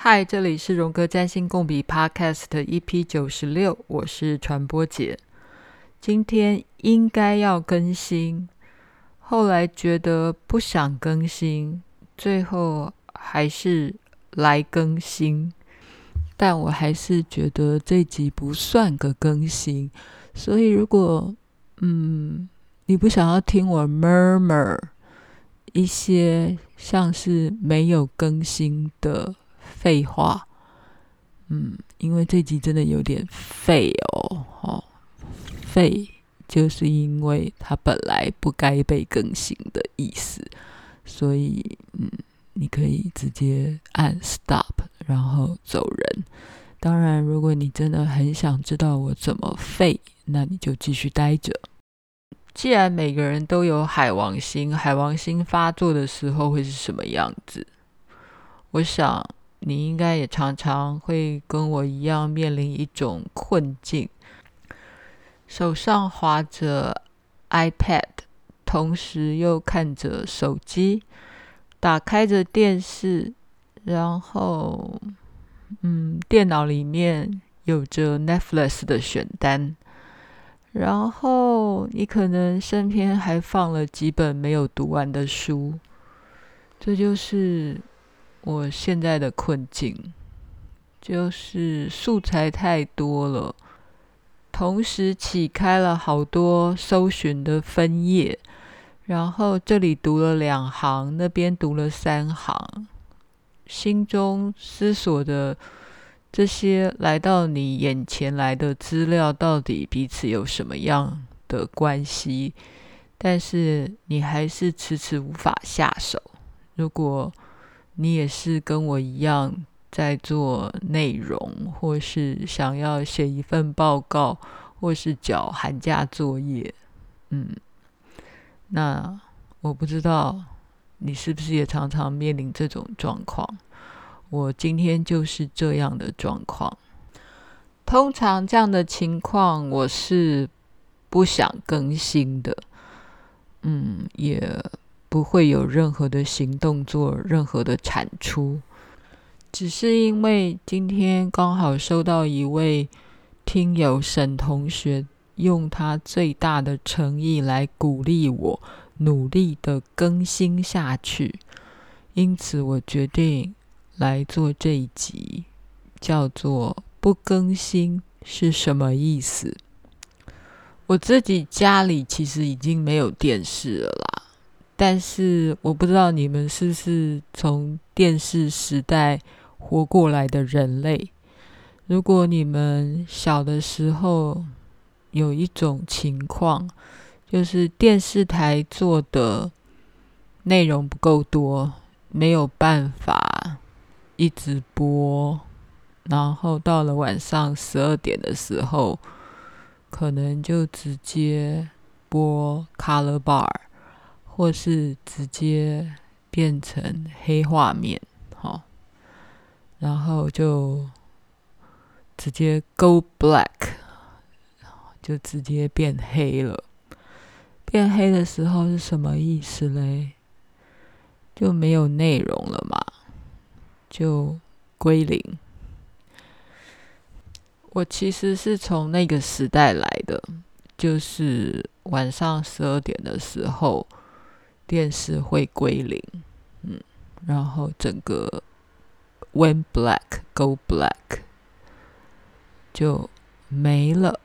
嗨，这里是荣格占星共笔 Podcast EP96，我是传播姐。今天应该要更新，后来觉得不想更新，最后还是来更新。但我还是觉得这集不算个更新，所以如果你不想要听我 murmur 一些像是没有更新的废话，因为这集真的有点废哦，废就是因为它本来不该被更新的意思，所以你可以直接按 stop 然后走人。当然如果你真的很想知道我怎么废，那你就继续待着。既然每个人都有海王星，海王星发作的时候会是什么样子？我想你应该也常常会跟我一样面临一种困境，手上滑着 iPad， 同时又看着手机，打开着电视，然后电脑里面有着 Netflix 的选单，然后你可能身边还放了几本没有读完的书，这就是我现在的困境，就是素材太多了，同时启开了好多搜寻的分页，然后这里读了2行，那边读了3行，心中思索的这些来到你眼前来的资料到底彼此有什么样的关系，但是你还是迟迟无法下手。如果你也是跟我一样在做内容，或是想要写一份报告，或是缴寒假作业，那我不知道你是不是也常常面临这种状况。我今天就是这样的状况。通常这样的情况我是不想更新的，也不会有任何的行动做任何的产出，只是因为今天刚好收到一位听友沈同学用他最大的诚意来鼓励我努力的更新下去，因此我决定来做这一集，叫做不更新是什么意思。我自己家里其实已经没有电视了啦，但是我不知道你们是不是从电视时代活过来的人类。如果你们小的时候有一种情况，就是电视台做的内容不够多，没有办法一直播，然后到了晚上12点的时候，可能就直接播 Color Bar， 或是直接变成黑画面，然后就直接 Go Black， 就直接变黑了。变黑的时候是什么意思嘞？就没有内容了嘛，就归零。我其实是从那个时代来的，就是晚上12点的时候电视会归零，然后整个 Went Black Go Black 就没了。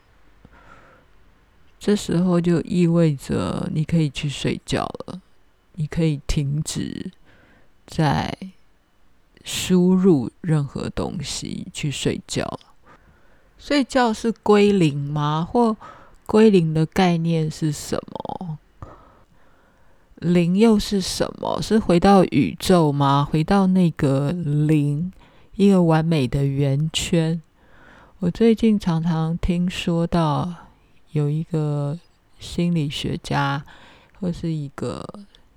这时候就意味着你可以去睡觉了，你可以停止再输入任何东西去睡觉了。睡觉是归零吗？或归零的概念是什么？零又是什么？是回到宇宙吗？回到那个零，一个完美的圆圈。我最近常常听说到有一个心理学家，或是一个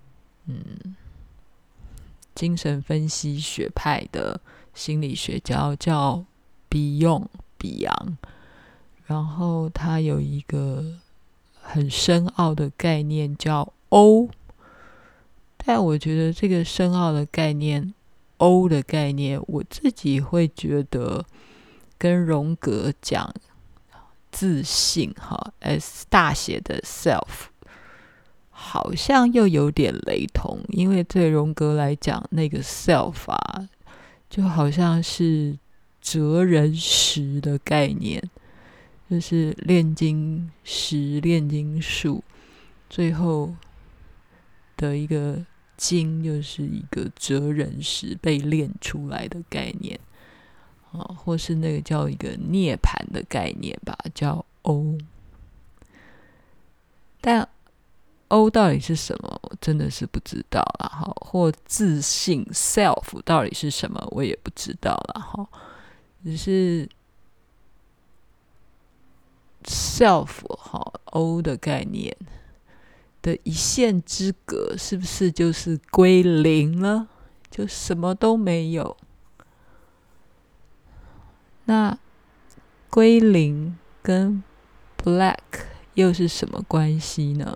精神分析学派的心理学家叫比昂，然后他有一个很深奥的概念叫 O， 但我觉得这个深奥的概念 O 的概念，我自己会觉得跟荣格讲自信，S 大写的 self， 好像又有点雷同，因为对荣格来讲，那个 self 就好像是哲人识的概念，就是炼金石、炼金术，最后的一个金就是一个哲人识被炼出来的概念，或是那个叫一个涅槃的概念吧，叫 O。但 O 到底是什么，我真的是不知道啦，或自信 self 到底是什么，我也不知道啦，只是 self O 的概念的一线之隔，是不是就是归零了，就什么都没有？那归零跟 black 又是什么关系呢？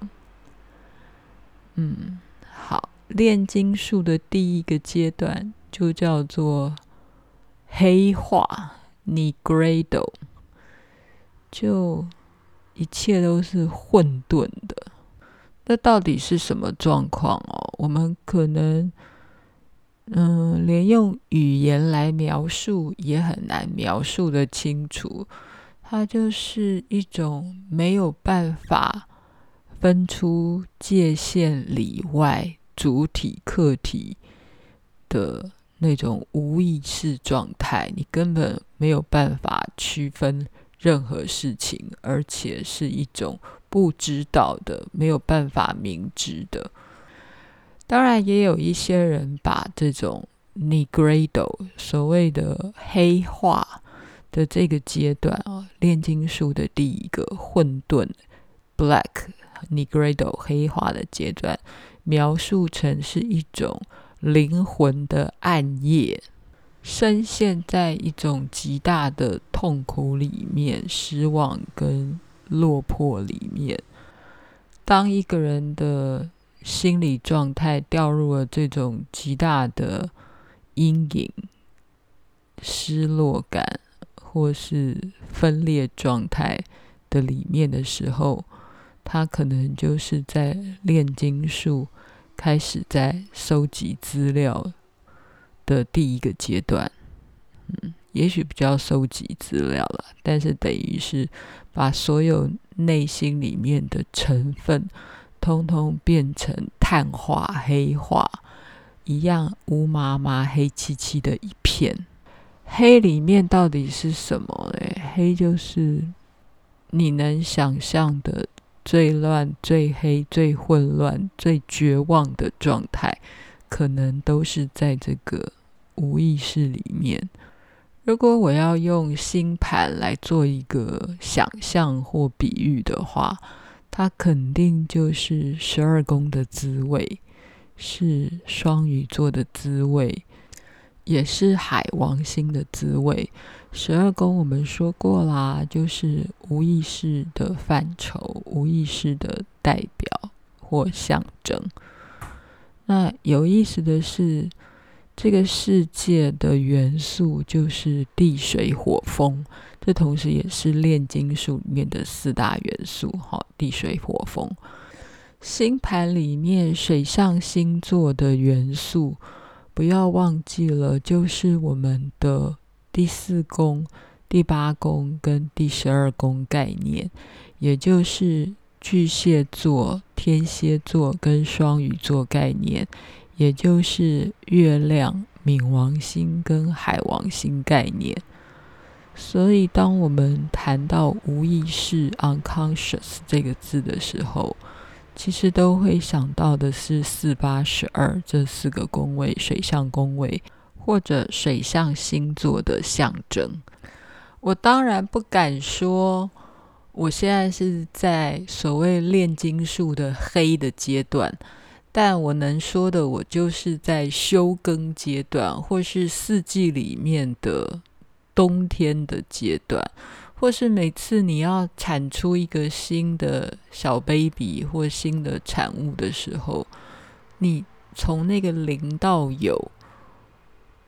好，炼金术的第一个阶段就叫做黑化 Nigredo， 就一切都是混沌的。那到底是什么状况我们可能连用语言来描述也很难描述得清楚。它就是一种没有办法分出界限里外主体客体的那种无意识状态，你根本没有办法区分任何事情，而且是一种不知道的，没有办法明知的。当然也有一些人把这种 Nigredo 所谓的黑化的这个阶段炼金术的第一个混沌 Black Nigredo 黑化的阶段，描述成是一种灵魂的暗夜，深陷在一种极大的痛苦里面，失望跟落魄里面。当一个人的心理状态掉入了这种极大的阴影、失落感或是分裂状态的里面的时候，他可能就是在炼金术开始在收集资料的第一个阶段。也许不叫收集资料了，但是等于是把所有内心里面的成分通通变成碳化、黑化，一样乌麻麻、黑漆漆的一片。黑里面到底是什么呢？黑就是你能想象的最乱、最黑、最混乱、最绝望的状态，可能都是在这个无意识里面。如果我要用星盘来做一个想象或比喻的话，它肯定就是12宫的滋味，是双鱼座的滋味，也是海王星的滋味。12宫我们说过啦，就是无意识的范畴，无意识的代表或象征。那有意思的是，这个世界的元素就是地水火风，这同时也是炼金术里面的4大元素，地水火风。星盘里面水象星座的元素，不要忘记了，就是我们的第4宫、第8宫跟第12宫概念，也就是巨蟹座、天蝎座跟双鱼座概念，也就是月亮、冥王星跟海王星概念。所以当我们谈到无意识 unconscious 这个字的时候，其实都会想到的是4、8、12这4个宫位，水象宫位或者水象星座的象征。我当然不敢说我现在是在所谓炼金术的黑的阶段，但我能说的，我就是在休耕阶段，或是4季里面的冬天的阶段，或是每次你要产出一个新的小 baby 或新的产物的时候，你从那个零到有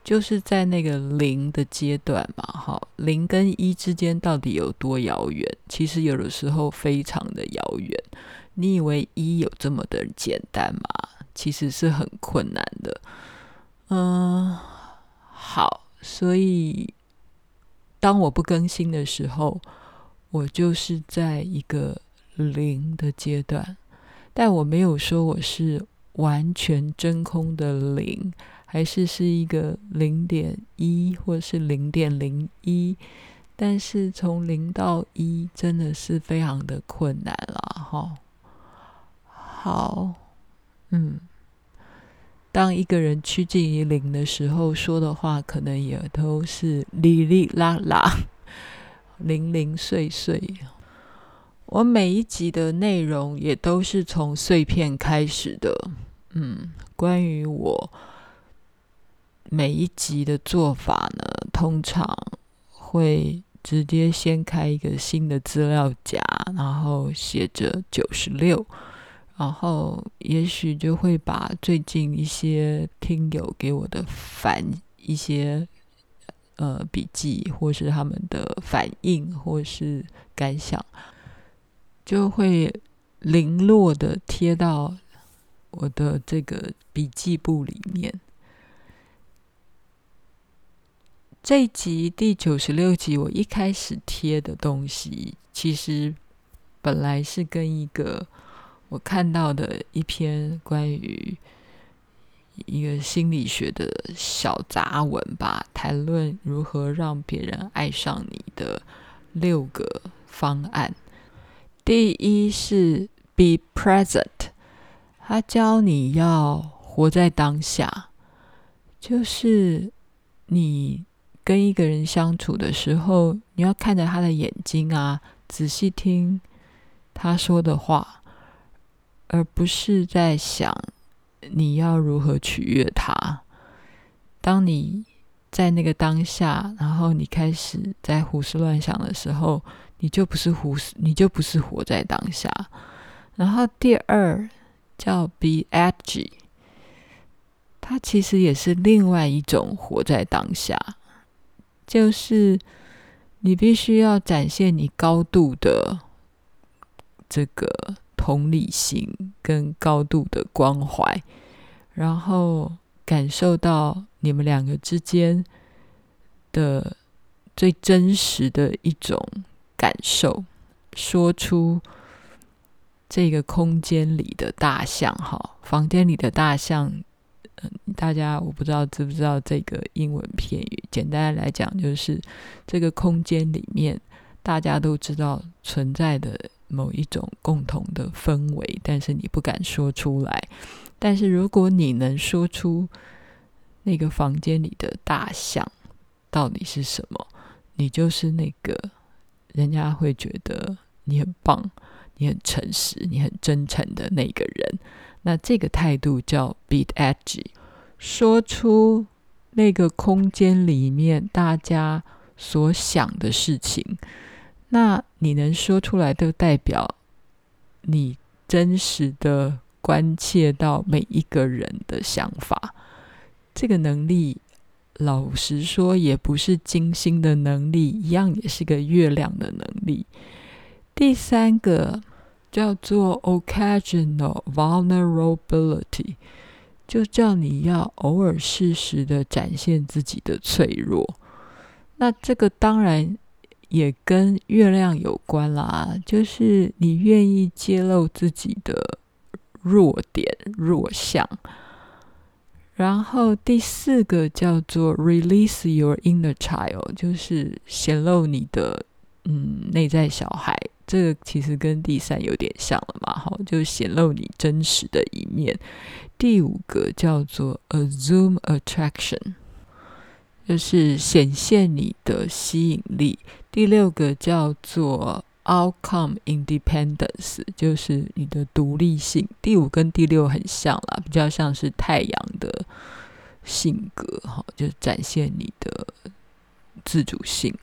就是在那个零的阶段嘛，零跟一之间到底有多遥远？其实有的时候非常的遥远。你以为一有这么的简单吗？其实是很困难的。好，所以当我不更新的时候，我就是在一个零的阶段，但我没有说我是完全真空的零，还是一个 0.1 或是 0.01， 但是从0到1真的是非常的困难啦。好，当一个人趋近于零的时候，说的话可能也都是哩哩啦啦，零零碎碎。我每一集的内容也都是从碎片开始的。关于我每一集的做法呢，通常会直接先开一个新的资料夹，然后写着96，然后也许就会把最近一些听友给我的一些笔记，或是他们的反应或是感想，就会零落的贴到我的这个笔记簿里面。这一集第96集我一开始贴的东西，其实本来是跟一个我看到的一篇关于一个心理学的小杂文吧，谈论如何让别人爱上你的6个方案。第一是 be present， 他教你要活在当下，就是你跟一个人相处的时候，你要看着他的眼睛啊，仔细听他说的话，而不是在想你要如何取悦他。当你在那个当下，然后你开始在胡思乱想的时候，你就不是活在当下。然后第二叫 be edgy， 它其实也是另外一种活在当下，就是你必须要展现你高度的这个同理心跟高度的关怀，然后感受到你们两个之间的最真实的一种感受，说出这个空间里的大象。房间里的大象，大家我不知道知不知道这个英文片语，简单来讲就是这个空间里面大家都知道存在的某一种共同的氛围，但是你不敢说出来。但是如果你能说出那个房间里的大象到底是什么，你就是那个人家会觉得你很棒，你很诚实，你很真诚的那个人。那这个态度叫 be edgy， 说出那个空间里面大家所想的事情，那你能说出来就代表你真实的关切到每一个人的想法。这个能力老实说也不是金星的能力，一样也是个月亮的能力。第三个叫做 occasional vulnerability， 就叫你要偶尔适时的展现自己的脆弱。那这个当然也跟月亮有关啦，就是你愿意揭露自己的弱点弱项。然后第四个叫做 release your inner child， 就是显露你的内在小孩。这个其实跟第三有点像了嘛，就显露你真实的一面。第五个叫做 assume attraction， 就是显现你的吸引力。第六个叫做 outcome independence， 就是你的独立性。第五跟第六很像啦，比较像是太阳的性格，就展现你的自主性。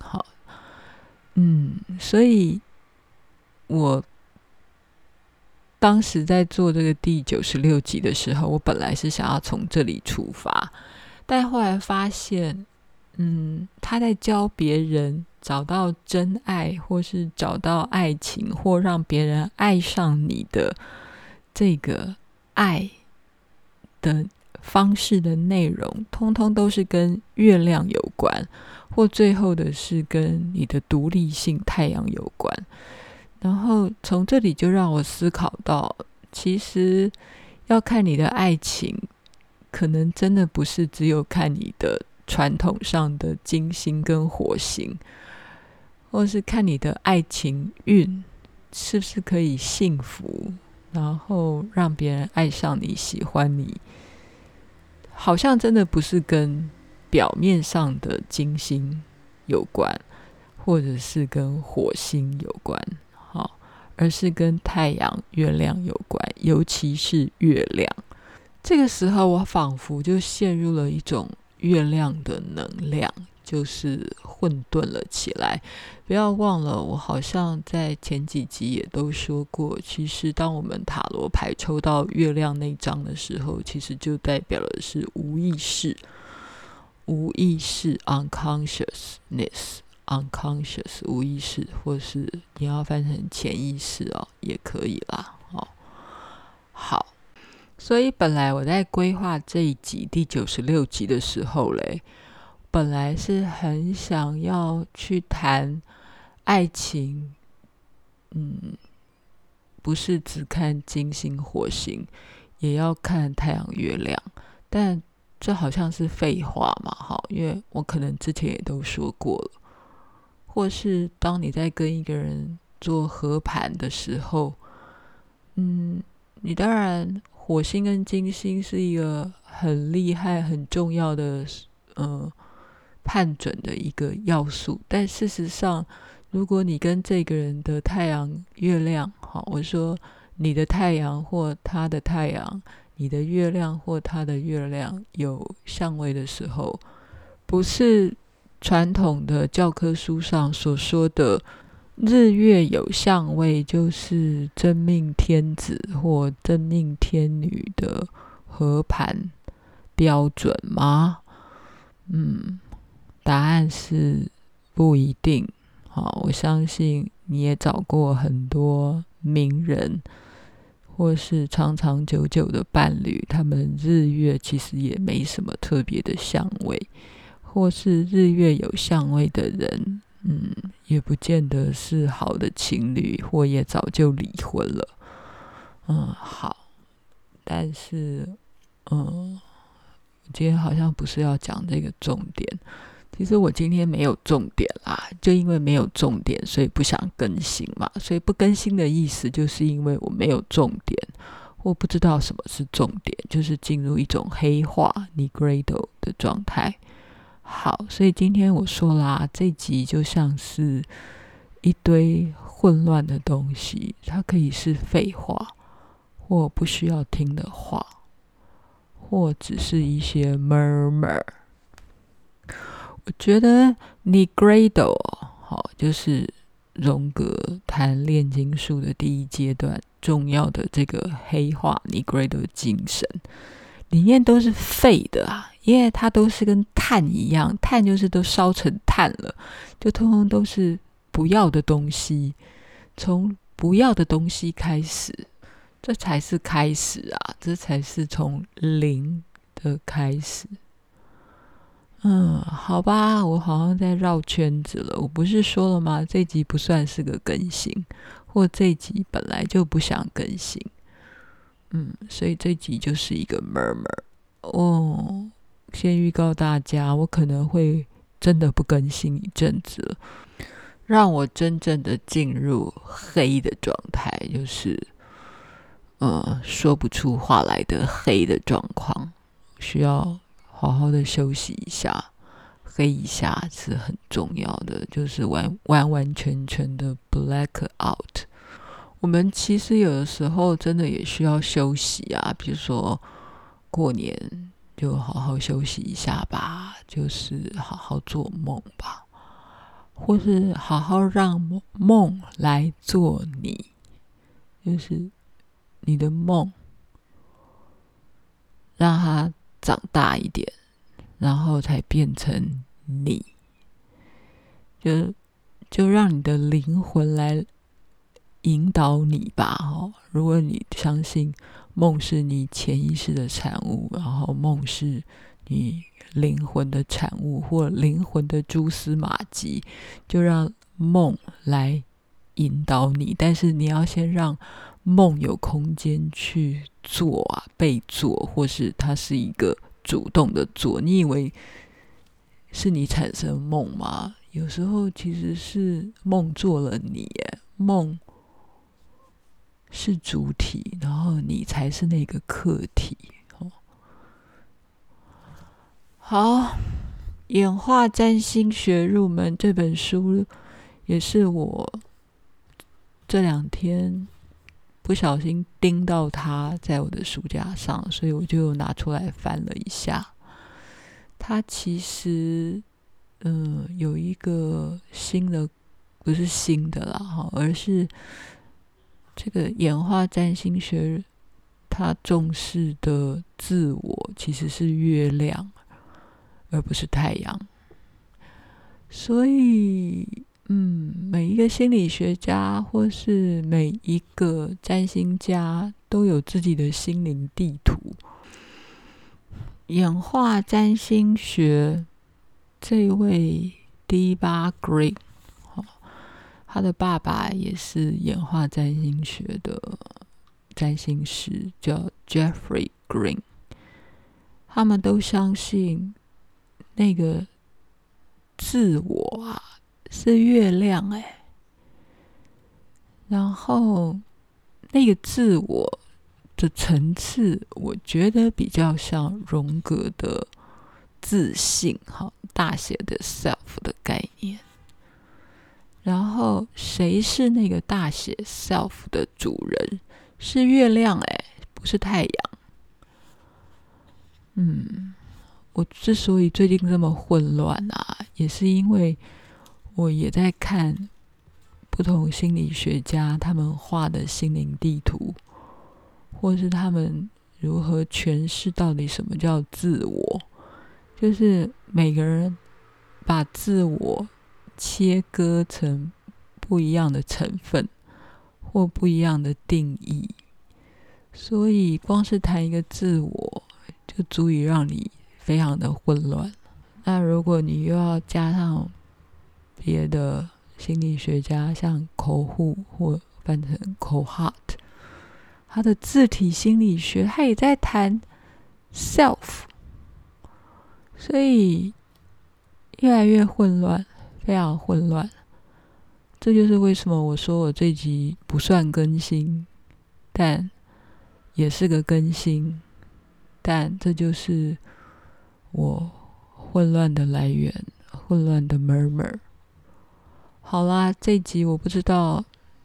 所以我当时在做这个第96集的时候，我本来是想要从这里出发， 但后来发现他在教别人找到真爱，或是找到爱情，或让别人爱上你的这个爱的方式的内容，通通都是跟月亮有关，或最后的是跟你的独立性太阳有关。然后从这里就让我思考到，其实要看你的爱情，可能真的不是只有看你的传统上的金星跟火星，或是看你的爱情运是不是可以幸福，然后让别人爱上你，喜欢你，好像真的不是跟表面上的金星有关，或者是跟火星有关，而是跟太阳、月亮有关，尤其是月亮。这个时候我仿佛就陷入了一种月亮的能量，就是混沌了起来。不要忘了，我好像在前几集也都说过，其实当我们塔罗牌抽到月亮那张的时候，其实就代表的是无意识unconscious无意识，或是你要翻成潜意识也可以啦。好，所以本来我在规划这一集第96集的时候本来是很想要去谈爱情，不是只看金星火星，也要看太阳月亮，但这好像是废话嘛，因为我可能之前也都说过了。或是当你在跟一个人做合盘的时候，你当然火星跟金星是一个很厉害很重要的判准的一个要素，但事实上如果你跟这个人的太阳月亮，我说你的太阳或他的太阳，你的月亮或他的月亮有相位的时候，不是传统的教科书上所说的日月有相位就是真命天子或真命天女的合盘标准吗？答案是不一定。我相信你也找过很多名人或是长长久久的伴侣，他们日月其实也没什么特别的相位，或是日月有相位的人也不见得是好的情侣，或也早就离婚了。好，但是今天好像不是要讲这个重点。其实我今天没有重点啦，就因为没有重点，所以不想更新嘛。所以不更新的意思就是因为我没有重点，或不知道什么是重点，就是进入一种黑化 Nigredo 的状态。好，所以今天我说啦，这集就像是一堆混乱的东西，它可以是废话，或不需要听的话，或只是一些 murmur。我觉得 Nigredo 就是荣格谈炼金术的第一阶段重要的这个黑化 Nigredo 精神，里面都是废的因为它都是跟碳一样，碳就是都烧成碳了，就通通都是不要的东西，从不要的东西开始，这才是开始这才是从零的开始。好吧，我好像在绕圈子了。我不是说了吗？这集不算是个更新，或这集本来就不想更新。所以这集就是一个 murmur。先预告大家，我可能会真的不更新一阵子了，让我真正的进入黑的状态，就是说不出话来的黑的状况，需要好好的休息一下，黑一下是很重要的，就是完全全的 black out。我们其实有的时候真的也需要休息比如说过年就好好休息一下吧，就是好好做梦吧，或是好好让梦来做你，就是你的梦让它长大一点， 然后才变成你，就让你的灵魂来引导你吧。如果你相信梦是你潜意识的产物，然后梦是你灵魂的产物或灵魂的蛛丝马迹，就让梦来引导你。但是你要先让梦有空间去做被做，或是它是一个主动的做。你以为是你产生梦吗？有时候其实是梦做了你耶，梦是主体，然后你才是那个客体。好，演化占星学入门这本书也是我这2天不小心盯到它在我的书架上，所以我就拿出来翻了一下。它其实有一个新的，不是新的啦，而是这个演化占星学它重视的自我其实是月亮而不是太阳。所以每一个心理学家或是每一个占星家都有自己的心灵地图。演化占星学这位Deba Green，他的爸爸也是演化占星学的占星师，叫 Jeffrey Green。他们都相信那个自我是月亮然后那个自我的层次，我觉得比较像荣格的自信，大写的 self 的概念。然后谁是那个大写 self 的主人？是月亮不是太阳。我之所以最近这么混乱也是因为我也在看不同心理学家他们画的心灵地图，或是他们如何诠释到底什么叫自我。就是每个人把自我切割成不一样的成分或不一样的定义，所以光是谈一个自我就足以让你非常的混乱。那如果你又要加上别的心理学家，像口户或翻成口 heart， 他的自体心理学他也在谈 self， 所以越来越混乱，非常混乱。这就是为什么我说我这集不算更新，但也是个更新，但这就是我混乱的来源，混乱的 murmur。 好啦，这集我不知道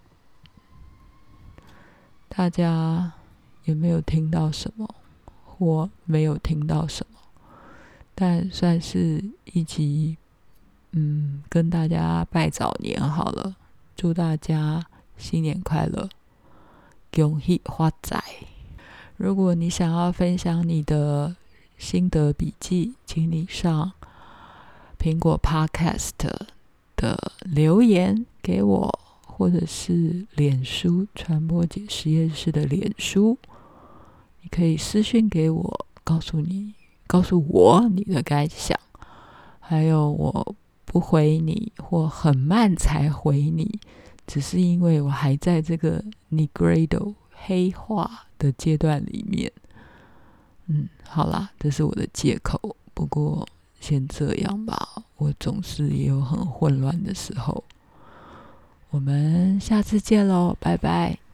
大家有没有听到什么或没有听到什么，但算是一集跟大家拜早年好了，祝大家新年快乐，恭喜发财。如果你想要分享你的心得笔记，请你上苹果 Podcast 的留言给我，或者是脸书传播姐实验室的脸书，你可以私讯给我，告诉我你的感想，还有我不回你或很慢才回你，只是因为我还在这个 Negredo 黑化的阶段里面。好啦，这是我的借口，不过先这样吧，我总是也有很混乱的时候。我们下次见咯，拜拜。